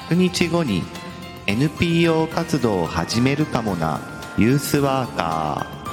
100日後に NPO 活動を始めるかもなユースワーカー。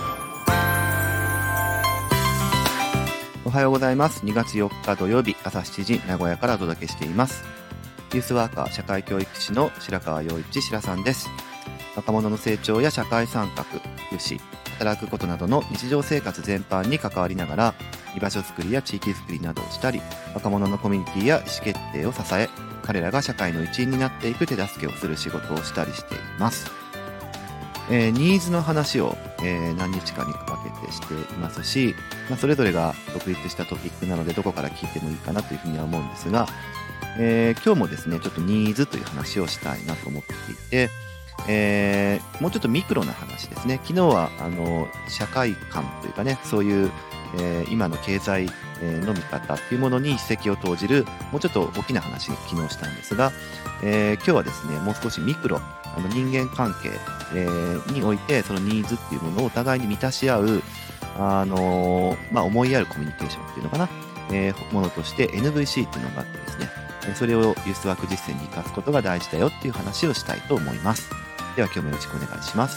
おはようございます。2月4日土曜日朝7時、名古屋からお届けしています。ユースワーカー社会教育士の白川陽一白さんです。若者の成長や社会参画、福祉、働くことなどの日常生活全般に関わりながら、居場所づくりや地域づくりなどをしたり、若者のコミュニティや意思決定を支え、彼らが社会の一員になっていく手助けをする仕事をしたりしています。ニーズの話を、何日かに分けてしていますし、それぞれが独立したトピックなのでどこから聞いてもいいかなというふうには思うんですが、今日もですねちょっとニーズという話をしたいなと思っていて、もうちょっとミクロな話ですね。昨日は社会観というかね、そういう、今の経済の見方っていうものに一石を投じるもうちょっと大きな話を昨日したんですが、今日はですねもう少しミクロ、人間関係、においてそのニーズっていうものをお互いに満たし合う思いやるコミュニケーションっていうのかな、ものとして NVC っていうのがあってですね、それをユースワーク実践に生かすことが大事だよっていう話をしたいと思います。では今日もよろしくお願いします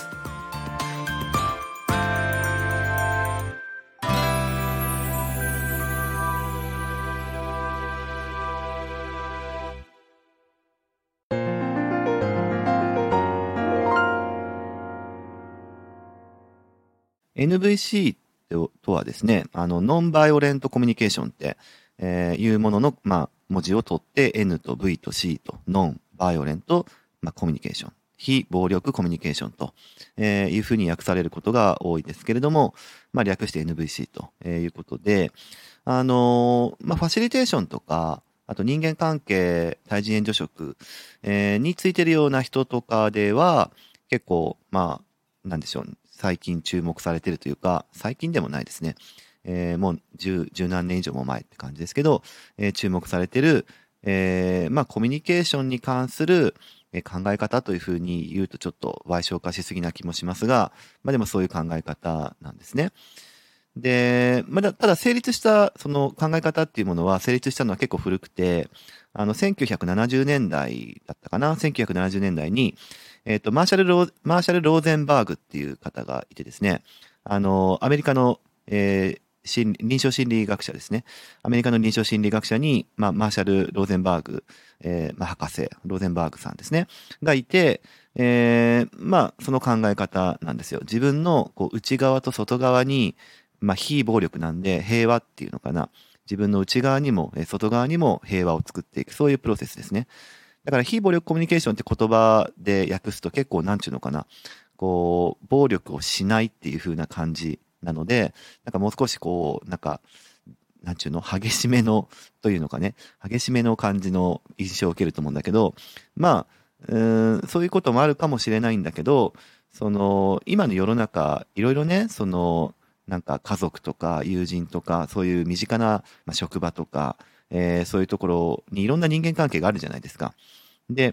。NVC とはですね、ノンバイオレントコミュニケーションって、いうものの、文字を取って N と V と C とノンバイオレント、コミュニケーション、非暴力コミュニケーションと、いうふうに訳されることが多いですけれども、略して NVC ということで、ファシリテーションとか、あと人間関係、対人援助職、についてるような人とかでは、結構、なんでしょう、最近注目されてるというか、最近でもないですね。もう十何年以上も前って感じですけど、注目されてる、コミュニケーションに関する考え方というふうに言うとちょっと歪小化しすぎな気もしますが、でもそういう考え方なんですね。で、ただ成立したその考え方っていうものは成立したのは結構古くて、1970年代だったかな、1970年代に、マーシャル・ローゼンバーグっていう方がいてですね、アメリカの、臨床心理学者ですね。アメリカの臨床心理学者に、マーシャル・ローゼンバーグ、博士、ローゼンバーグさんですね、がいて、その考え方なんですよ。自分のこう内側と外側に、非暴力なんで平和っていうのかな。自分の内側にも外側にも平和を作っていく、そういうプロセスですね。だから非暴力コミュニケーションって言葉で訳すと結構なんちゅうのかな。こう、暴力をしないっていう風な感じなので、もう少しこう、なんちゅうの、激しめの、というのかね、激しめの感じの印象を受けると思うんだけど、そういうこともあるかもしれないんだけど、今の世の中、いろいろね、家族とか友人とか、そういう身近な、職場とか、そういうところにいろんな人間関係があるじゃないですか。で、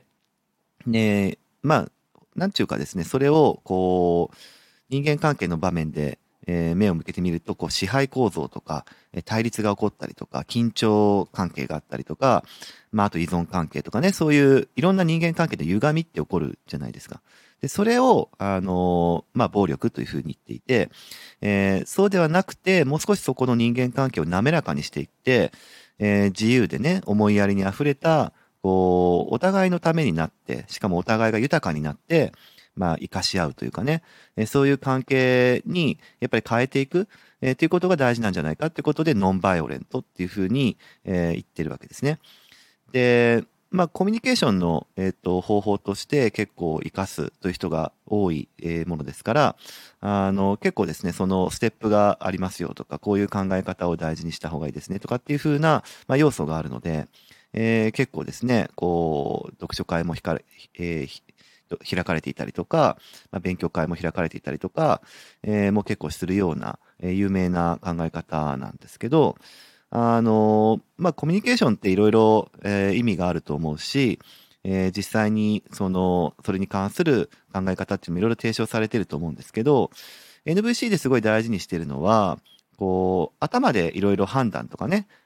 なんちゅうかですね、それを、こう、人間関係の場面で、目を向けてみると、こう、支配構造とか、対立が起こったりとか、緊張関係があったりとか、あと依存関係とかね、そういういろんな人間関係で歪みって起こるじゃないですか。で、それを、暴力というふうに言っていて、そうではなくて、もう少しそこの人間関係を滑らかにしていって、自由でね、思いやりに溢れた、こう、お互いのためになって、しかもお互いが豊かになって、生かし合うというかね、そういう関係にやっぱり変えていく、っていうことが大事なんじゃないかっていうことで、ノンバイオレントっていうふうに、言ってるわけですね。で、コミュニケーションの、方法として結構活かすという人が多い、ものですから、結構ですね、そのステップがありますよとか、こういう考え方を大事にした方がいいですねとかっていうふうな、要素があるので、結構ですね、こう、読書会も開かれていたりとか、勉強会も開かれていたりとか、もう結構するような、有名な考え方なんですけど、コミュニケーションっていろいろ意味があると思うし、実際にそれに関する考え方っていうのもいろいろ提唱されていると思うんですけど、NVC ですごい大事にしているのは、こう、頭でいろいろ判断とかね、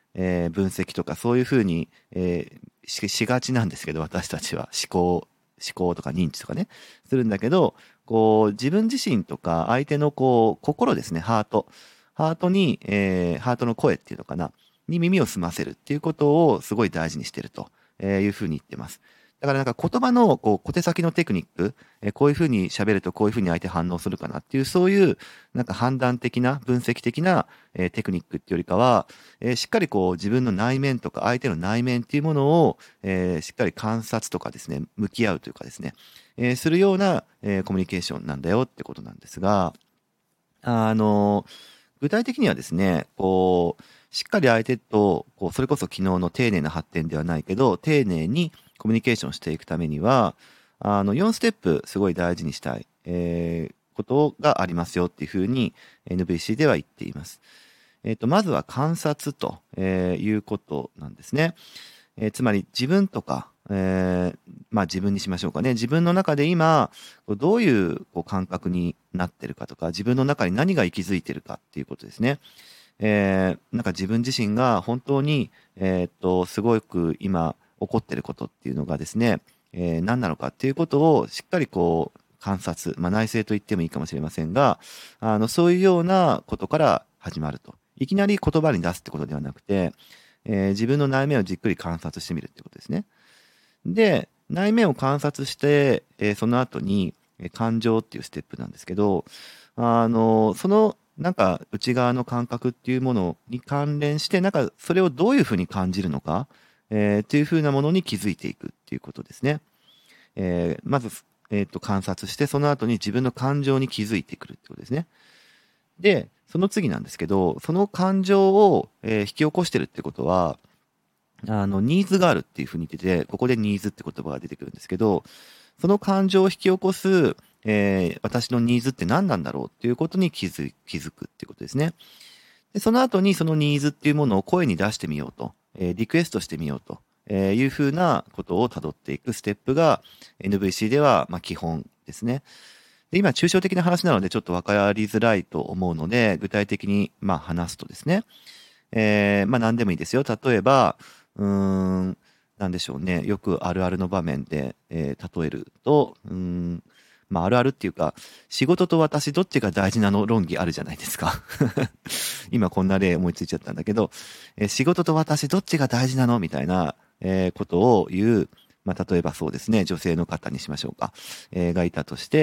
分析とかそういうふうに、しがちなんですけど、私たちは思考とか認知とかね、するんだけど、こう、自分自身とか相手のこう、心ですね、ハート。ハートに、ハートの声っていうのかな、に耳を澄ませるっていうことをすごい大事にしてるというふうに言ってます。だからなんか言葉のこう小手先のテクニック、こういうふうに喋るとこういうふうに相手反応するかなっていう、そういうなんか判断的な、分析的な、テクニックっていうよりかは、しっかりこう自分の内面とか相手の内面っていうものを、しっかり観察とかですね、向き合うというかですね、するような、コミュニケーションなんだよってことなんですが、あの、具体的にはですね、こう、しっかり相手と、こう、それこそ昨日の丁寧な発展ではないけど、丁寧にコミュニケーションしていくためには、4ステップすごい大事にしたい、ことがありますよっていうふうに NVC では言っています。まずは観察と、いうことなんですね。つまり自分とか、まあ自分にしましょうかね。自分の中で今、どういうこう感覚になってるかとか、自分の中に何が息づいてるかっていうことですね。なんか自分自身が本当に、すごく今起こってることっていうのがですね、何なのかっていうことをしっかりこう観察、まあ内省と言ってもいいかもしれませんが、そういうようなことから始まると。いきなり言葉に出すってことではなくて、自分の内面をじっくり観察してみるってことですね。で、内面を観察して、その後に、感情っていうステップなんですけど、その、なんか内側の感覚っていうものに関連して、なんかそれをどういうふうに感じるのか、っていうふうなものに気づいていくっていうことですね。まず、観察して、その後に自分の感情に気づいてくるってことですね。で、その次なんですけど、その感情を、引き起こしてるってことは、ニーズがあるっていうふうに言ってて、ここでニーズって言葉が出てくるんですけど、その感情を引き起こす、私のニーズって何なんだろうっていうことに気づくっていうことですね。で、その後にそのニーズっていうものを声に出してみようと、リクエストしてみようと、いうふうなことを辿っていくステップが NVC では、まあ、基本ですね。で、今、抽象的な話なのでちょっと分かりづらいと思うので、具体的に、まあ、話すとですね、まあ、何でもいいですよ。例えば、なんでしょうね。よくあるあるの場面で、例えると、まあ、あるあるっていうか、仕事と私どっちが大事なの論議あるじゃないですか。今こんな例思いついちゃったんだけど、仕事と私どっちが大事なのみたいな、ことを言う、まあ、例えばそうですね、女性の方にしましょうか、がいたとして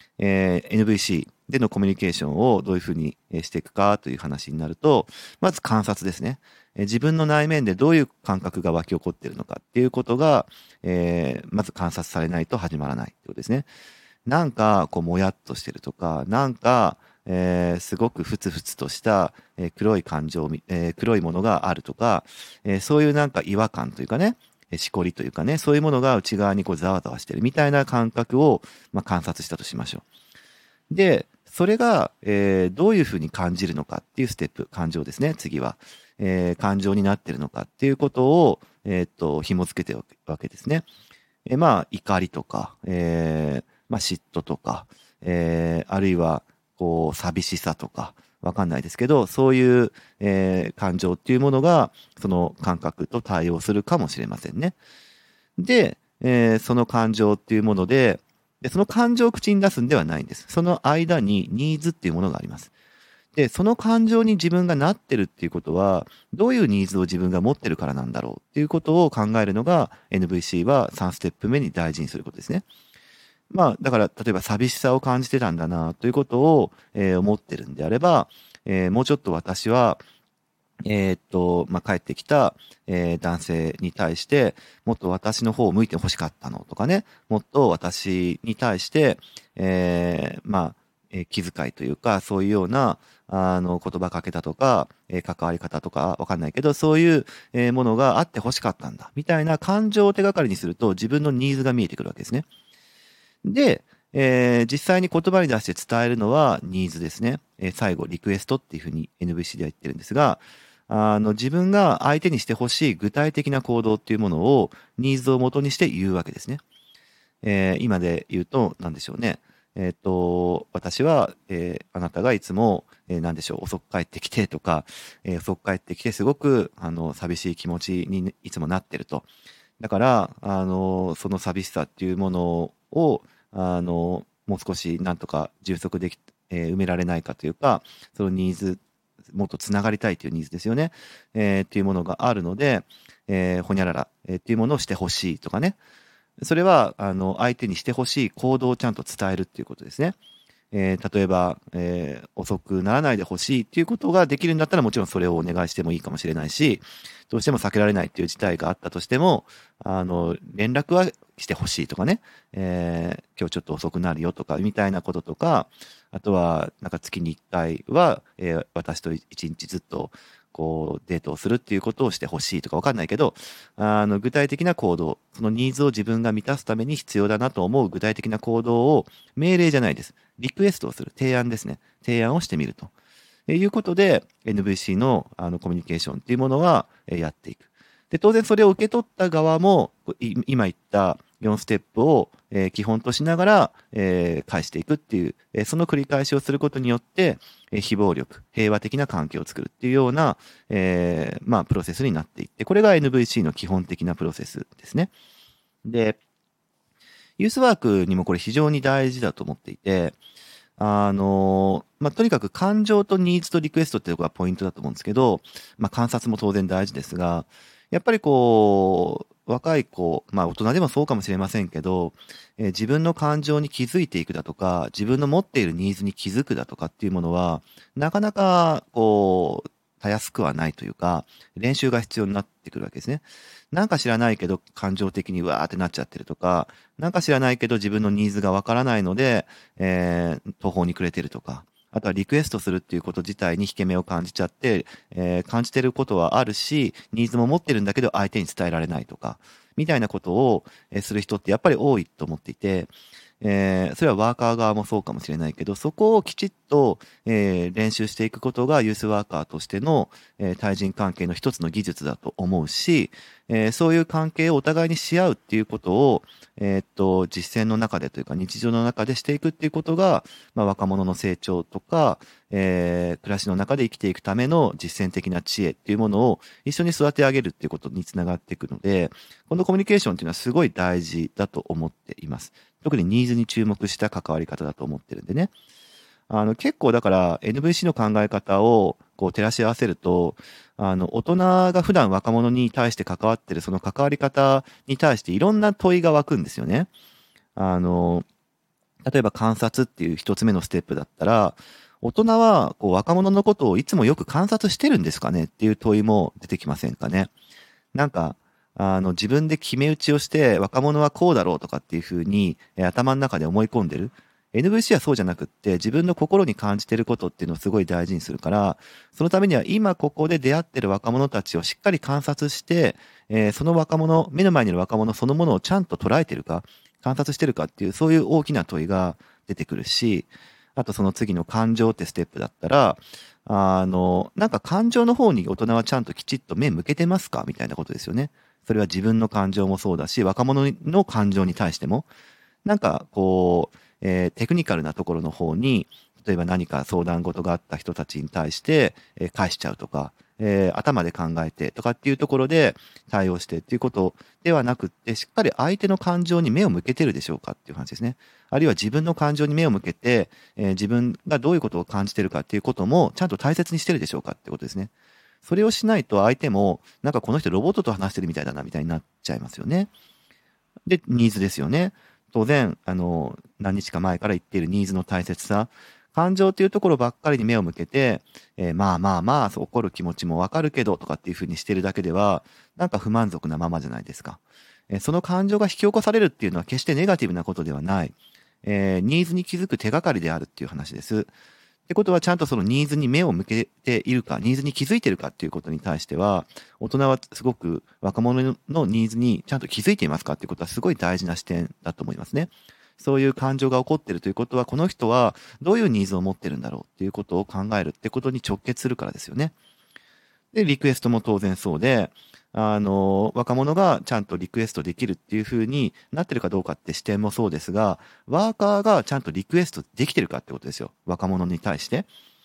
、NVC でのコミュニケーションをどういうふうにしていくかという話になると、まず観察ですね。自分の内面でどういう感覚が湧き起こっているのかっていうことが、まず観察されないと始まらないってことですね。なんか、こう、もやっとしてるとか、なんか、すごくふつふつとした、黒い感情、黒いものがあるとか、そういうなんか違和感というかね、しこりというかね、そういうものが内側にこうざわざわしてるみたいな感覚を、まあ、観察したとしましょう。で、それが、どういうふうに感じるのかっていうステップ、感情ですね、次は。感情になってるのかっていうことを、紐付けてるわけですね。まあ、怒りとか、まあ、嫉妬とか、あるいは、こう、寂しさとか、わかんないですけど、そういう、感情っていうものが、その感覚と対応するかもしれませんね。で、その感情っていうもので、その感情を口に出すんではないんです。その間にニーズっていうものがあります。で、その感情に自分がなってるっていうことは、どういうニーズを自分が持ってるからなんだろうっていうことを考えるのが NVC は3ステップ目に大事にすることですね。まあ、だから、例えば寂しさを感じてたんだなということを、思ってるんであれば、もうちょっと私は、まあ、帰ってきた、男性に対して、もっと私の方を向いて欲しかったのとかね、もっと私に対して、まあ、気遣いというか、そういうような、言葉かけたとか、関わり方とかわかんないけど、そういう、ものがあって欲しかったんだ、みたいな感情を手がかりにすると、自分のニーズが見えてくるわけですね。で、実際に言葉に出して伝えるのはニーズですね。最後、リクエストっていうふうに NVC では言ってるんですが、自分が相手にしてほしい具体的な行動っていうものをニーズを元にして言うわけですね。今で言うと、なんでしょうね。 私は、あなたがいつも、何でしょう、遅く帰ってきてとか、遅く帰ってきてすごく、寂しい気持ちにいつもなってると。だから、その寂しさっていうものを、もう少しなんとか充足でき、埋められないかというか、そのニーズ、もっとつながりたいというニーズですよね。っていうものがあるので、ほにゃらら、っていうものをしてほしいとかね。それは、相手にしてほしい行動をちゃんと伝えるっていうことですね。例えば、遅くならないでほしいっていうことができるんだったらもちろんそれをお願いしてもいいかもしれないし、どうしても避けられないっていう事態があったとしても、連絡はしてほしいとかね、今日ちょっと遅くなるよとか、みたいなこととか、あとは、なんか月に1回は、私と一日ずっと、こう、デートをするっていうことをしてほしいとかわかんないけど、具体的な行動、そのニーズを自分が満たすために必要だなと思う具体的な行動を命令じゃないです。リクエストをする。提案ですね。提案をしてみると。いうことで、NVC のコミュニケーションっていうものはやっていく。で、当然それを受け取った側も、今言った4ステップを基本としながら返していくっていう、その繰り返しをすることによって、非暴力、平和的な関係を作るっていうような、まあ、プロセスになっていって、これが NVC の基本的なプロセスですね。で、ユースワークにもこれ非常に大事だと思っていて、まあ、とにかく感情とニーズとリクエストっていうのがポイントだと思うんですけど、まあ、観察も当然大事ですが、やっぱりこう、若い子、まあ大人でもそうかもしれませんけど、自分の感情に気づいていくだとか、自分の持っているニーズに気づくだとかっていうものは、なかなかこう、たやすくはないというか、練習が必要になってくるわけですね。なんか知らないけど感情的にわーってなっちゃってるとか、なんか知らないけど自分のニーズがわからないので、途方に暮れてるとか、あとはリクエストするっていうこと自体に引け目を感じちゃって、感じてることはあるし、ニーズも持ってるんだけど相手に伝えられないとか、みたいなことを、する人ってやっぱり多いと思っていて、それはワーカー側もそうかもしれないけど、そこをきちっと、練習していくことがユースワーカーとしての、対人関係の一つの技術だと思うし、そういう関係をお互いにし合うっていうことを、実践の中でというか日常の中でしていくっていうことが、まあ、若者の成長とか、暮らしの中で生きていくための実践的な知恵っていうものを一緒に育て上げるっていうことにつながっていくので、このコミュニケーションっていうのはすごい大事だと思っています。特にニーズに注目した関わり方だと思ってるんでね。結構だから NVC の考え方をこう照らし合わせると、大人が普段若者に対して関わってるその関わり方に対していろんな問いが湧くんですよね。あの、例えば観察っていう一つ目のステップだったら、大人はこう若者のことをいつもよく観察してるんですかねっていう問いも出てきませんかね。なんか、自分で決め打ちをして、若者はこうだろうとかっていうふうに、頭の中で思い込んでる。NVC はそうじゃなくって、自分の心に感じてることっていうのをすごい大事にするから、そのためには今ここで出会ってる若者たちをしっかり観察して、その若者、目の前にいる若者そのものをちゃんと捉えてるか、観察してるかっていう、そういう大きな問いが出てくるし、あとその次の感情ってステップだったら、なんか感情の方に大人はちゃんときちっと目向けてますかみたいなことですよね。それは自分の感情もそうだし、若者の感情に対しても、なんかこう、テクニカルなところの方に、例えば何か相談事があった人たちに対して、返しちゃうとか、頭で考えてとかっていうところで対応してっていうことではなくって、しっかり相手の感情に目を向けてるでしょうかっていう話ですね。あるいは自分の感情に目を向けて、自分がどういうことを感じてるかっていうこともちゃんと大切にしてるでしょうかってことですね。それをしないと相手も、なんかこの人ロボットと話してるみたいだなみたいになっちゃいますよね。で、ニーズですよね。当然、何日か前から言っているニーズの大切さ。感情っていうところばっかりに目を向けて、まあまあまあ、そう怒る気持ちもわかるけど、とかっていうふうにしてるだけでは、なんか不満足なままじゃないですか。その感情が引き起こされるっていうのは決してネガティブなことではない。ニーズに気づく手がかりであるっていう話です。ってことはちゃんとそのニーズに目を向けているか、ニーズに気づいているかっていうことに対しては、大人はすごく若者のニーズにちゃんと気づいていますかっていうことはすごい大事な視点だと思いますね。そういう感情が起こっているということは、この人はどういうニーズを持ってるんだろうっていうことを考えるってことに直結するからですよね。で、リクエストも当然そうで、 若者がちゃんとリクエストできるっていう風になってるかどうかって視点もそうですが、ワーカーがちゃんとリクエストできてるかってことですよ。若者に対して。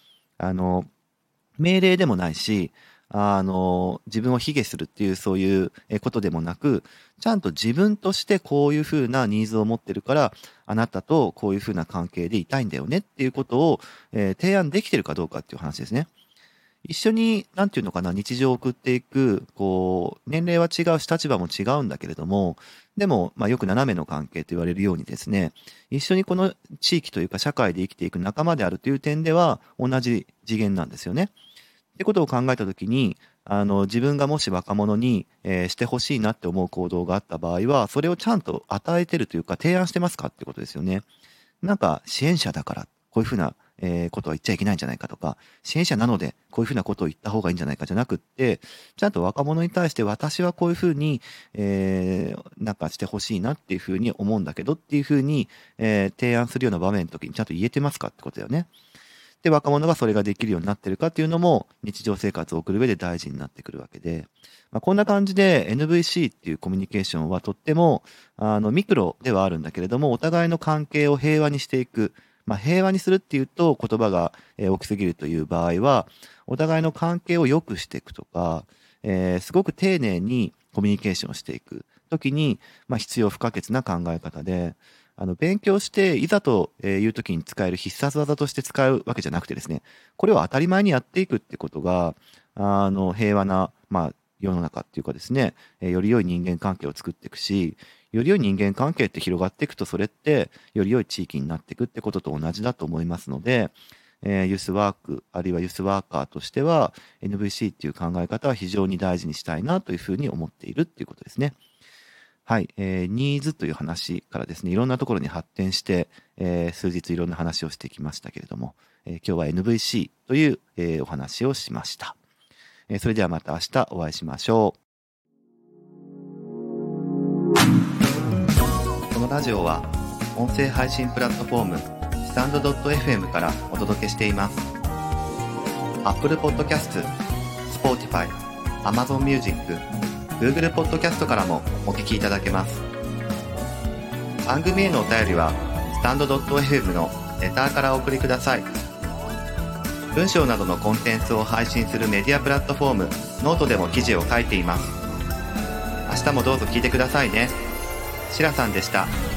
命令でもないし、自分を卑下するっていうそういうことでもなく、ちゃんと自分としてこういうふうなニーズを持ってるから、あなたとこういうふうな関係でいたいんだよねっていうことを、提案できてるかどうかっていう話ですね。一緒に、なんていうのかな、日常を送っていく、年齢は違うし、立場も違うんだけれども、でも、よく斜めの関係と言われるようにですね、一緒にこの地域というか社会で生きていく仲間であるという点では、同じ次元なんですよね。ってことを考えたときに、自分がもし若者に、してほしいなって思う行動があった場合は、それをちゃんと与えてるというか、提案してますかってことですよね。なんか、支援者だから、こういうふうな、ことは言っちゃいけないんじゃないかとか、支援者なので、こういうふうなことを言った方がいいんじゃないかじゃなくって、ちゃんと若者に対して私はこういうふうに、なんかしてほしいなっていうふうに思うんだけどっていうふうに、提案するような場面の時にちゃんと言えてますかってことだよね。で、若者がそれができるようになってるかっていうのも、日常生活を送る上で大事になってくるわけで、こんな感じで NVC っていうコミュニケーションはとっても、ミクロではあるんだけれども、お互いの関係を平和にしていく。平和にするっていうと言葉が大きすぎるという場合は、お互いの関係を良くしていくとか、すごく丁寧にコミュニケーションをしていく時に、必要不可欠な考え方で、勉強していざという時に使える必殺技として使うわけじゃなくてですね、これを当たり前にやっていくってことが、平和な、世の中っていうかですね、より良い人間関係を作っていくし、より良い人間関係って広がっていくと、それってより良い地域になっていくってことと同じだと思いますので、ユースワーク、あるいはユースワーカーとしては、NVC っていう考え方は非常に大事にしたいなというふうに思っているっていうことですね。はい、ニーズという話からですね、いろんなところに発展して、数日いろんな話をしてきましたけれども、今日は NVC という、お話をしました。それではまた明日お会いしましょう。このラジオは音声配信プラットフォームスタンド .fm からお届けしています。Apple Podcast、Spotify、Amazon Music、Google Podcast からもお聞きいただけます。番組へのお便りはスタンド .fm のレターからお送りください。文章などのコンテンツを配信するメディアプラットフォームノートでも記事を書いています。明日もどうぞ聞いてくださいね。しらさんでした。